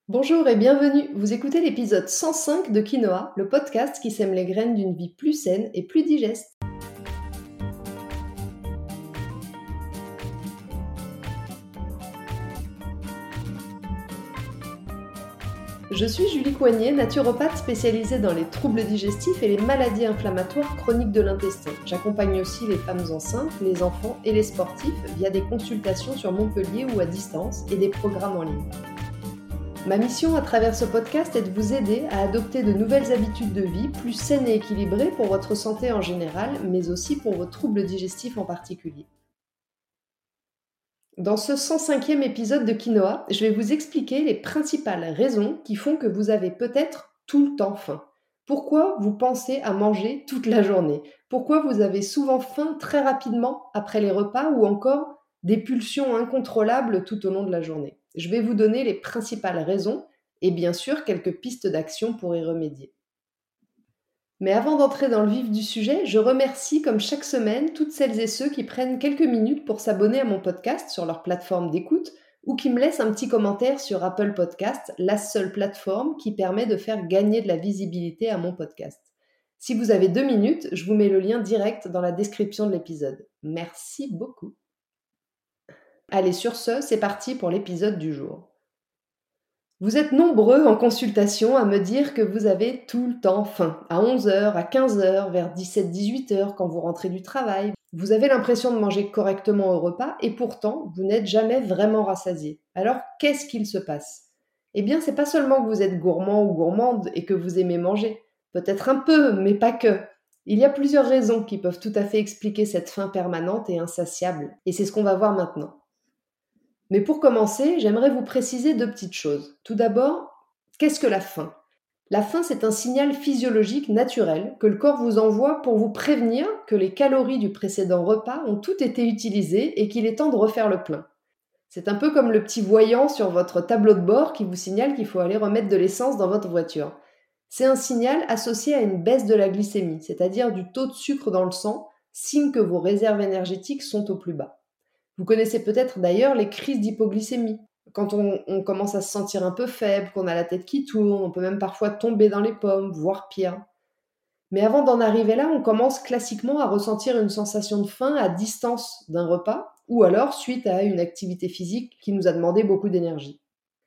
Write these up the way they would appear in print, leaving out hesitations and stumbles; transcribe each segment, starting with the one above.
Bonjour et bienvenue, vous écoutez l'épisode 105 de Quinoa, le podcast qui sème les graines d'une vie plus saine et plus digeste. Je suis Julie Coignet, naturopathe spécialisée dans les troubles digestifs et les maladies inflammatoires chroniques de l'intestin. J'accompagne aussi les femmes enceintes, les enfants et les sportifs via des consultations sur Montpellier ou à distance et des programmes en ligne. Ma mission à travers ce podcast est de vous aider à adopter de nouvelles habitudes de vie plus saines et équilibrées pour votre santé en général, mais aussi pour vos troubles digestifs en particulier. Dans ce 105e épisode de Quinoa, je vais vous expliquer les principales raisons qui font que vous avez peut-être tout le temps faim. Pourquoi vous pensez à manger toute la journée? Pourquoi vous avez souvent faim très rapidement après les repas ou encore des pulsions incontrôlables tout au long de la journée? Je vais vous donner les principales raisons et bien sûr quelques pistes d'action pour y remédier. Mais avant d'entrer dans le vif du sujet, je remercie comme chaque semaine toutes celles et ceux qui prennent quelques minutes pour s'abonner à mon podcast sur leur plateforme d'écoute ou qui me laissent un petit commentaire sur Apple Podcast, la seule plateforme qui permet de faire gagner de la visibilité à mon podcast. Si vous avez 2 minutes, je vous mets le lien direct dans la description de l'épisode. Merci beaucoup. Allez, sur ce, c'est parti pour l'épisode du jour. Vous êtes nombreux en consultation à me dire que vous avez tout le temps faim. À 11h, à 15h, vers 17-18h quand vous rentrez du travail. Vous avez l'impression de manger correctement au repas et pourtant, vous n'êtes jamais vraiment rassasié. Alors, qu'est-ce qu'il se passe? Eh bien, c'est pas seulement que vous êtes gourmand ou gourmande et que vous aimez manger. Peut-être un peu, mais pas que. Il y a plusieurs raisons qui peuvent tout à fait expliquer cette faim permanente et insatiable. Et c'est ce qu'on va voir maintenant. Mais pour commencer, j'aimerais vous préciser 2 petites choses. Tout d'abord, qu'est-ce que la faim? La faim, c'est un signal physiologique naturel que le corps vous envoie pour vous prévenir que les calories du précédent repas ont toutes été utilisées et qu'il est temps de refaire le plein. C'est un peu comme le petit voyant sur votre tableau de bord qui vous signale qu'il faut aller remettre de l'essence dans votre voiture. C'est un signal associé à une baisse de la glycémie, c'est-à-dire du taux de sucre dans le sang, signe que vos réserves énergétiques sont au plus bas. Vous connaissez peut-être d'ailleurs les crises d'hypoglycémie. Quand on commence à se sentir un peu faible, qu'on a la tête qui tourne, on peut même parfois tomber dans les pommes, voire pire. Mais avant d'en arriver là, on commence classiquement à ressentir une sensation de faim à distance d'un repas, ou alors suite à une activité physique qui nous a demandé beaucoup d'énergie.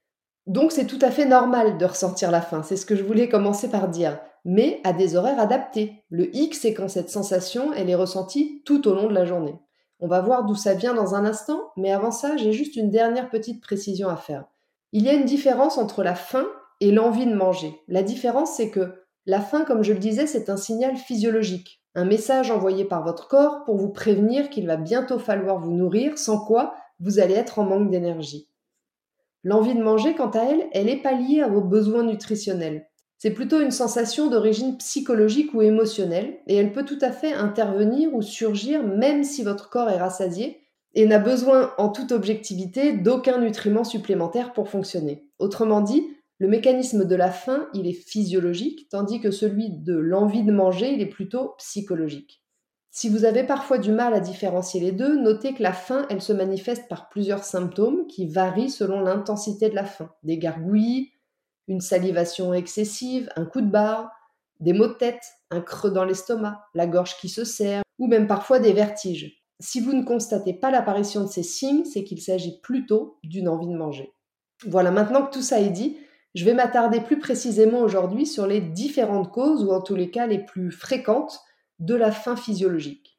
Donc c'est tout à fait normal de ressentir la faim, c'est ce que je voulais commencer par dire, mais à des horaires adaptés. Le hic, c'est quand cette sensation, elle est ressentie tout au long de la journée. On va voir d'où ça vient dans un instant, mais avant ça, j'ai juste une dernière petite précision à faire. Il y a une différence entre la faim et l'envie de manger. La différence, c'est que la faim, comme je le disais, c'est un signal physiologique, un message envoyé par votre corps pour vous prévenir qu'il va bientôt falloir vous nourrir, sans quoi vous allez être en manque d'énergie. L'envie de manger, quant à elle, elle n'est pas liée à vos besoins nutritionnels. C'est plutôt une sensation d'origine psychologique ou émotionnelle, et elle peut tout à fait intervenir ou surgir même si votre corps est rassasié et n'a besoin, en toute objectivité, d'aucun nutriment supplémentaire pour fonctionner. Autrement dit, le mécanisme de la faim, il est physiologique, tandis que celui de l'envie de manger, il est plutôt psychologique. Si vous avez parfois du mal à différencier les deux, notez que la faim, elle se manifeste par plusieurs symptômes qui varient selon l'intensité de la faim. Des gargouillis, une salivation excessive, un coup de barre, des maux de tête, un creux dans l'estomac, la gorge qui se serre, ou même parfois des vertiges. Si vous ne constatez pas l'apparition de ces signes, c'est qu'il s'agit plutôt d'une envie de manger. Voilà, maintenant que tout ça est dit, je vais m'attarder plus précisément aujourd'hui sur les différentes causes, ou en tous les cas les plus fréquentes, de la faim physiologique.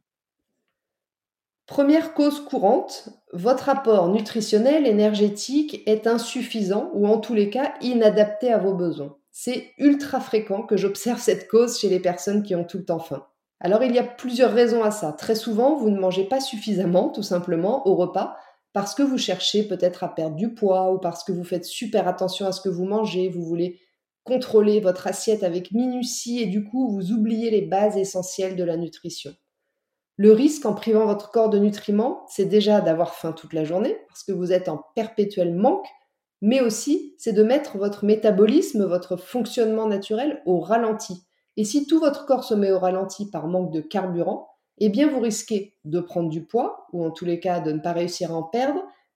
Première cause courante, votre apport nutritionnel énergétique est insuffisant ou en tous les cas inadapté à vos besoins. C'est ultra fréquent que j'observe cette cause chez les personnes qui ont tout le temps faim. Alors il y a plusieurs raisons à ça. Très souvent, vous ne mangez pas suffisamment, tout simplement, au repas, parce que vous cherchez peut-être à perdre du poids ou parce que vous faites super attention à ce que vous mangez, vous voulez contrôler votre assiette avec minutie et du coup, vous oubliez les bases essentielles de la nutrition. Le risque en privant votre corps de nutriments, c'est déjà d'avoir faim toute la journée, parce que vous êtes en perpétuel manque, mais aussi c'est de mettre votre métabolisme, votre fonctionnement naturel au ralenti. Et si tout votre corps se met au ralenti par manque de carburant, eh bien vous risquez de prendre du poids, ou en tous les cas de ne pas réussir à en perdre,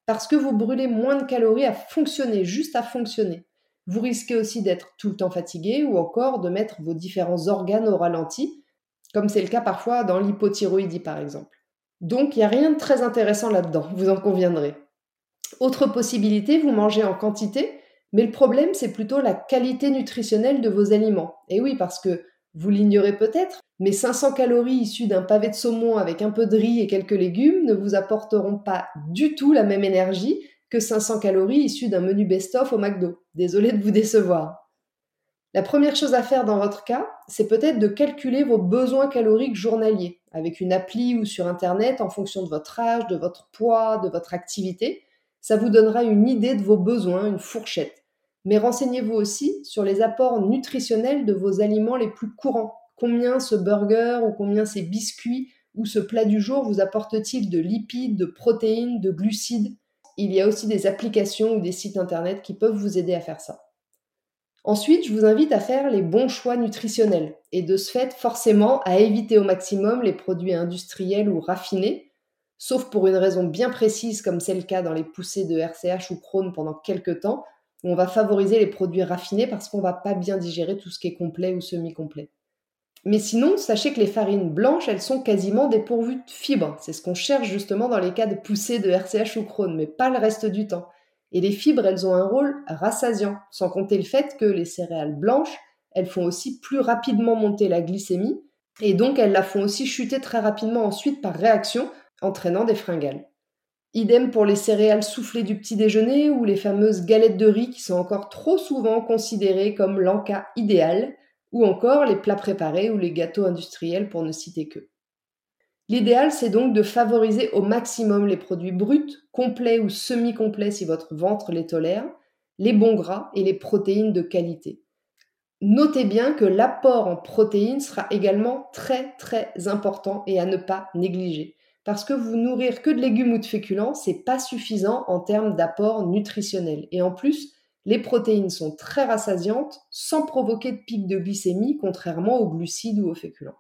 parce que vous brûlez moins de calories à fonctionner, juste à fonctionner. Vous risquez aussi d'être tout le temps fatigué ou encore de mettre vos différents organes au ralenti, comme c'est le cas parfois dans l'hypothyroïdie par exemple. Donc il n'y a rien de très intéressant là-dedans, vous en conviendrez. Autre possibilité, vous mangez en quantité, mais le problème c'est plutôt la qualité nutritionnelle de vos aliments. Et oui, parce que vous l'ignorez peut-être, mais 500 calories issues d'un pavé de saumon avec un peu de riz et quelques légumes ne vous apporteront pas du tout la même énergie que 500 calories issues d'un menu best-of au McDo. Désolée de vous décevoir. La première chose à faire dans votre cas, c'est peut-être de calculer vos besoins caloriques journaliers avec une appli ou sur Internet en fonction de votre âge, de votre poids, de votre activité. Ça vous donnera une idée de vos besoins, une fourchette. Mais renseignez-vous aussi sur les apports nutritionnels de vos aliments les plus courants. Combien ce burger ou combien ces biscuits ou ce plat du jour vous apporte-t-il de lipides, de protéines, de glucides? Il y a aussi des applications ou des sites Internet qui peuvent vous aider à faire ça. Ensuite, je vous invite à faire les bons choix nutritionnels et de ce fait, forcément, à éviter au maximum les produits industriels ou raffinés, sauf pour une raison bien précise comme c'est le cas dans les poussées de RCH ou Crohn pendant quelques temps, où on va favoriser les produits raffinés parce qu'on ne va pas bien digérer tout ce qui est complet ou semi-complet. Mais sinon, sachez que les farines blanches, elles sont quasiment dépourvues de fibres. C'est ce qu'on cherche justement dans les cas de poussées de RCH ou Crohn, mais pas le reste du temps. Et les fibres, elles ont un rôle rassasiant, sans compter le fait que les céréales blanches, elles font aussi plus rapidement monter la glycémie, et donc elles la font aussi chuter très rapidement ensuite par réaction, entraînant des fringales. Idem pour les céréales soufflées du petit déjeuner ou les fameuses galettes de riz qui sont encore trop souvent considérées comme l'encas idéal, ou encore les plats préparés ou les gâteaux industriels pour ne citer que. L'idéal, c'est donc de favoriser au maximum les produits bruts, complets ou semi-complets si votre ventre les tolère, les bons gras et les protéines de qualité. Notez bien que l'apport en protéines sera également très très important et à ne pas négliger. Parce que vous nourrir que de légumes ou de féculents, c'est pas suffisant en termes d'apport nutritionnel. Et en plus, les protéines sont très rassasiantes sans provoquer de pic de glycémie, contrairement aux glucides ou aux féculents.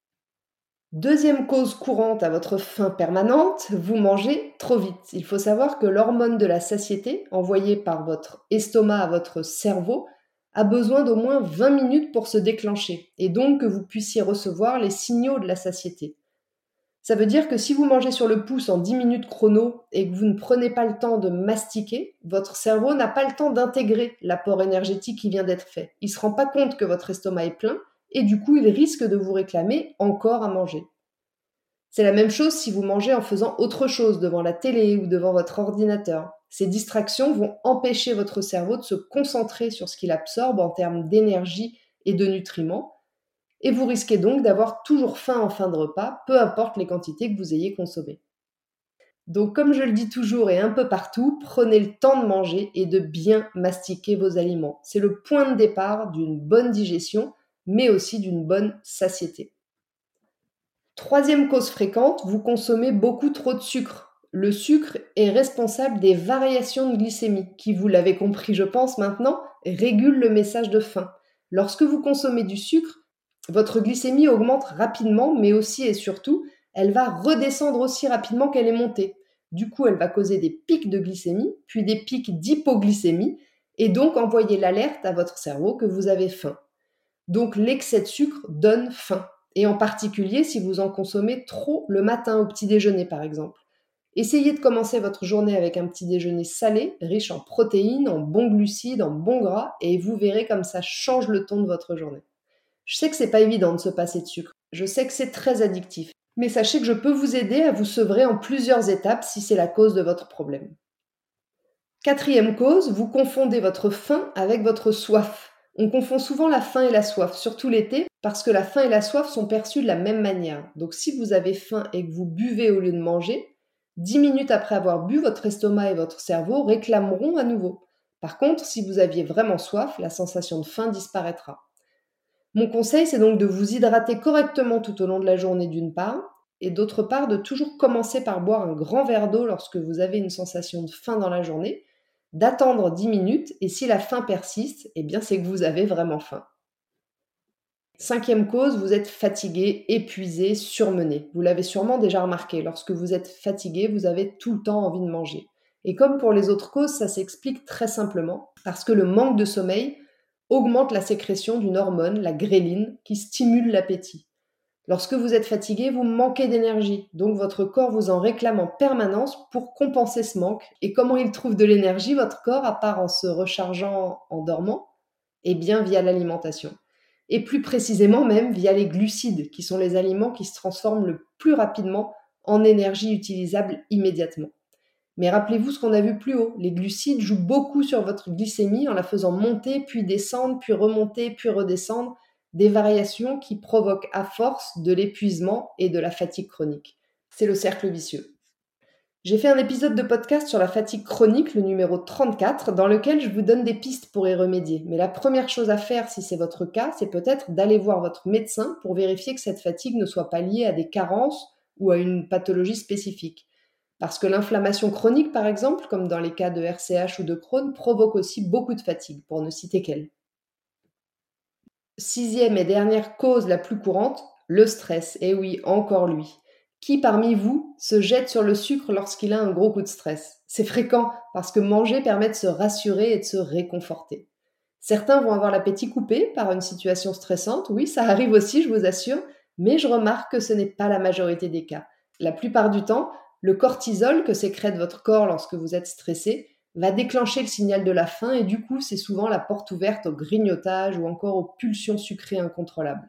Deuxième cause courante à votre faim permanente, vous mangez trop vite. Il faut savoir que l'hormone de la satiété, envoyée par votre estomac à votre cerveau, a besoin d'au moins 20 minutes pour se déclencher, et donc que vous puissiez recevoir les signaux de la satiété. Ça veut dire que si vous mangez sur le pouce en 10 minutes chrono et que vous ne prenez pas le temps de mastiquer, votre cerveau n'a pas le temps d'intégrer l'apport énergétique qui vient d'être fait. Il ne se rend pas compte que votre estomac est plein et du coup il risque de vous réclamer encore à manger. C'est la même chose si vous mangez en faisant autre chose devant la télé ou devant votre ordinateur. Ces distractions vont empêcher votre cerveau de se concentrer sur ce qu'il absorbe en termes d'énergie et de nutriments, et vous risquez donc d'avoir toujours faim en fin de repas, peu importe les quantités que vous ayez consommées. Donc comme je le dis toujours et un peu partout, prenez le temps de manger et de bien mastiquer vos aliments. C'est le point de départ d'une bonne digestion, mais aussi d'une bonne satiété. Troisième cause fréquente, vous consommez beaucoup trop de sucre. Le sucre est responsable des variations de glycémie, qui, vous l'avez compris je pense maintenant, régulent le message de faim. Lorsque vous consommez du sucre, votre glycémie augmente rapidement, mais aussi et surtout, elle va redescendre aussi rapidement qu'elle est montée. Du coup, elle va causer des pics de glycémie, puis des pics d'hypoglycémie, et donc envoyer l'alerte à votre cerveau que vous avez faim. Donc l'excès de sucre donne faim, et en particulier si vous en consommez trop le matin au petit déjeuner par exemple. Essayez de commencer votre journée avec un petit déjeuner salé, riche en protéines, en bons glucides, en bons gras, et vous verrez comme ça change le ton de votre journée. Je sais que c'est pas évident de se passer de sucre, je sais que c'est très addictif, mais sachez que je peux vous aider à vous sevrer en plusieurs étapes si c'est la cause de votre problème. Quatrième cause, vous confondez votre faim avec votre soif. On confond souvent la faim et la soif, surtout l'été, parce que la faim et la soif sont perçues de la même manière. Donc si vous avez faim et que vous buvez au lieu de manger, 10 minutes après avoir bu, votre estomac et votre cerveau réclameront à nouveau. Par contre, si vous aviez vraiment soif, la sensation de faim disparaîtra. Mon conseil, c'est donc de vous hydrater correctement tout au long de la journée d'une part, et d'autre part de toujours commencer par boire un grand verre d'eau lorsque vous avez une sensation de faim dans la journée, d'attendre 10 minutes, et si la faim persiste, eh bien c'est que vous avez vraiment faim. Cinquième cause, vous êtes fatigué, épuisé, surmené. Vous l'avez sûrement déjà remarqué, lorsque vous êtes fatigué, vous avez tout le temps envie de manger. Et comme pour les autres causes, ça s'explique très simplement parce que le manque de sommeil augmente la sécrétion d'une hormone, la gréline, qui stimule l'appétit. Lorsque vous êtes fatigué, vous manquez d'énergie, donc votre corps vous en réclame en permanence pour compenser ce manque. Et comment il trouve de l'énergie, votre corps, à part en se rechargeant en dormant? Eh bien via l'alimentation. Et plus précisément même via les glucides, qui sont les aliments qui se transforment le plus rapidement en énergie utilisable immédiatement. Mais rappelez-vous ce qu'on a vu plus haut, les glucides jouent beaucoup sur votre glycémie en la faisant monter, puis descendre, puis remonter, puis redescendre, des variations qui provoquent à force de l'épuisement et de la fatigue chronique. C'est le cercle vicieux. J'ai fait un épisode de podcast sur la fatigue chronique, le numéro 34, dans lequel je vous donne des pistes pour y remédier. Mais la première chose à faire, si c'est votre cas, c'est peut-être d'aller voir votre médecin pour vérifier que cette fatigue ne soit pas liée à des carences ou à une pathologie spécifique. Parce que l'inflammation chronique, par exemple, comme dans les cas de RCH ou de Crohn, provoque aussi beaucoup de fatigue, pour ne citer qu'elle. Sixième et dernière cause la plus courante, le stress. Et oui, encore lui. Qui parmi vous se jette sur le sucre lorsqu'il a un gros coup de stress? C'est fréquent parce que manger permet de se rassurer et de se réconforter. Certains vont avoir l'appétit coupé par une situation stressante, oui, ça arrive aussi, je vous assure, mais je remarque que ce n'est pas la majorité des cas. La plupart du temps, le cortisol que sécrète votre corps lorsque vous êtes stressé va déclencher le signal de la faim et du coup, c'est souvent la porte ouverte au grignotage ou encore aux pulsions sucrées incontrôlables.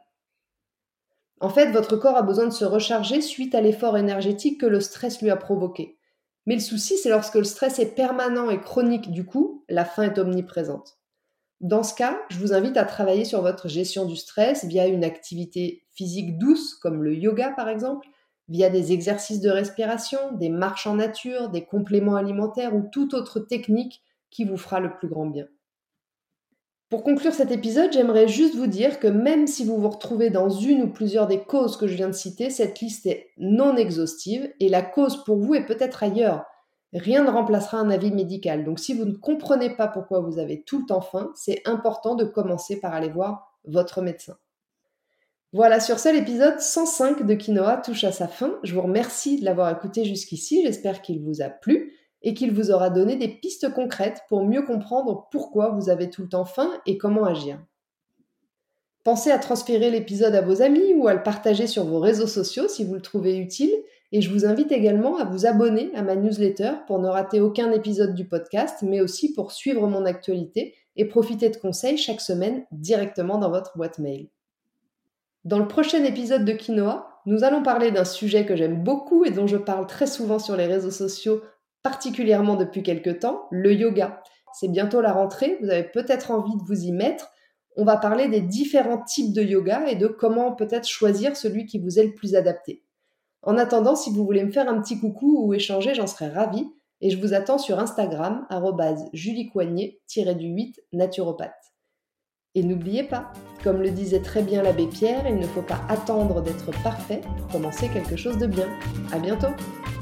En fait, votre corps a besoin de se recharger suite à l'effort énergétique que le stress lui a provoqué. Mais le souci, c'est lorsque le stress est permanent et chronique, du coup, la faim est omniprésente. Dans ce cas, je vous invite à travailler sur votre gestion du stress via une activité physique douce, comme le yoga par exemple, via des exercices de respiration, des marches en nature, des compléments alimentaires ou toute autre technique qui vous fera le plus grand bien. Pour conclure cet épisode, j'aimerais juste vous dire que même si vous vous retrouvez dans une ou plusieurs des causes que je viens de citer, cette liste est non exhaustive et la cause pour vous est peut-être ailleurs. Rien ne remplacera un avis médical. Donc si vous ne comprenez pas pourquoi vous avez tout le temps faim, c'est important de commencer par aller voir votre médecin. Voilà, sur ce, l'épisode 105 de Quinoa touche à sa fin. Je vous remercie de l'avoir écouté jusqu'ici. J'espère qu'il vous a plu et qu'il vous aura donné des pistes concrètes pour mieux comprendre pourquoi vous avez tout le temps faim et comment agir. Pensez à transférer l'épisode à vos amis ou à le partager sur vos réseaux sociaux si vous le trouvez utile. Et je vous invite également à vous abonner à ma newsletter pour ne rater aucun épisode du podcast, mais aussi pour suivre mon actualité et profiter de conseils chaque semaine directement dans votre boîte mail. Dans le prochain épisode de Quinoa, nous allons parler d'un sujet que j'aime beaucoup et dont je parle très souvent sur les réseaux sociaux, particulièrement depuis quelques temps, le yoga. C'est bientôt la rentrée, vous avez peut-être envie de vous y mettre. On va parler des différents types de yoga et de comment peut-être choisir celui qui vous est le plus adapté. En attendant, si vous voulez me faire un petit coucou ou échanger, j'en serais ravie et je vous attends sur Instagram, @juliecoignet-8 naturopathe. Et n'oubliez pas, comme le disait très bien l'abbé Pierre, il ne faut pas attendre d'être parfait pour commencer quelque chose de bien. À bientôt!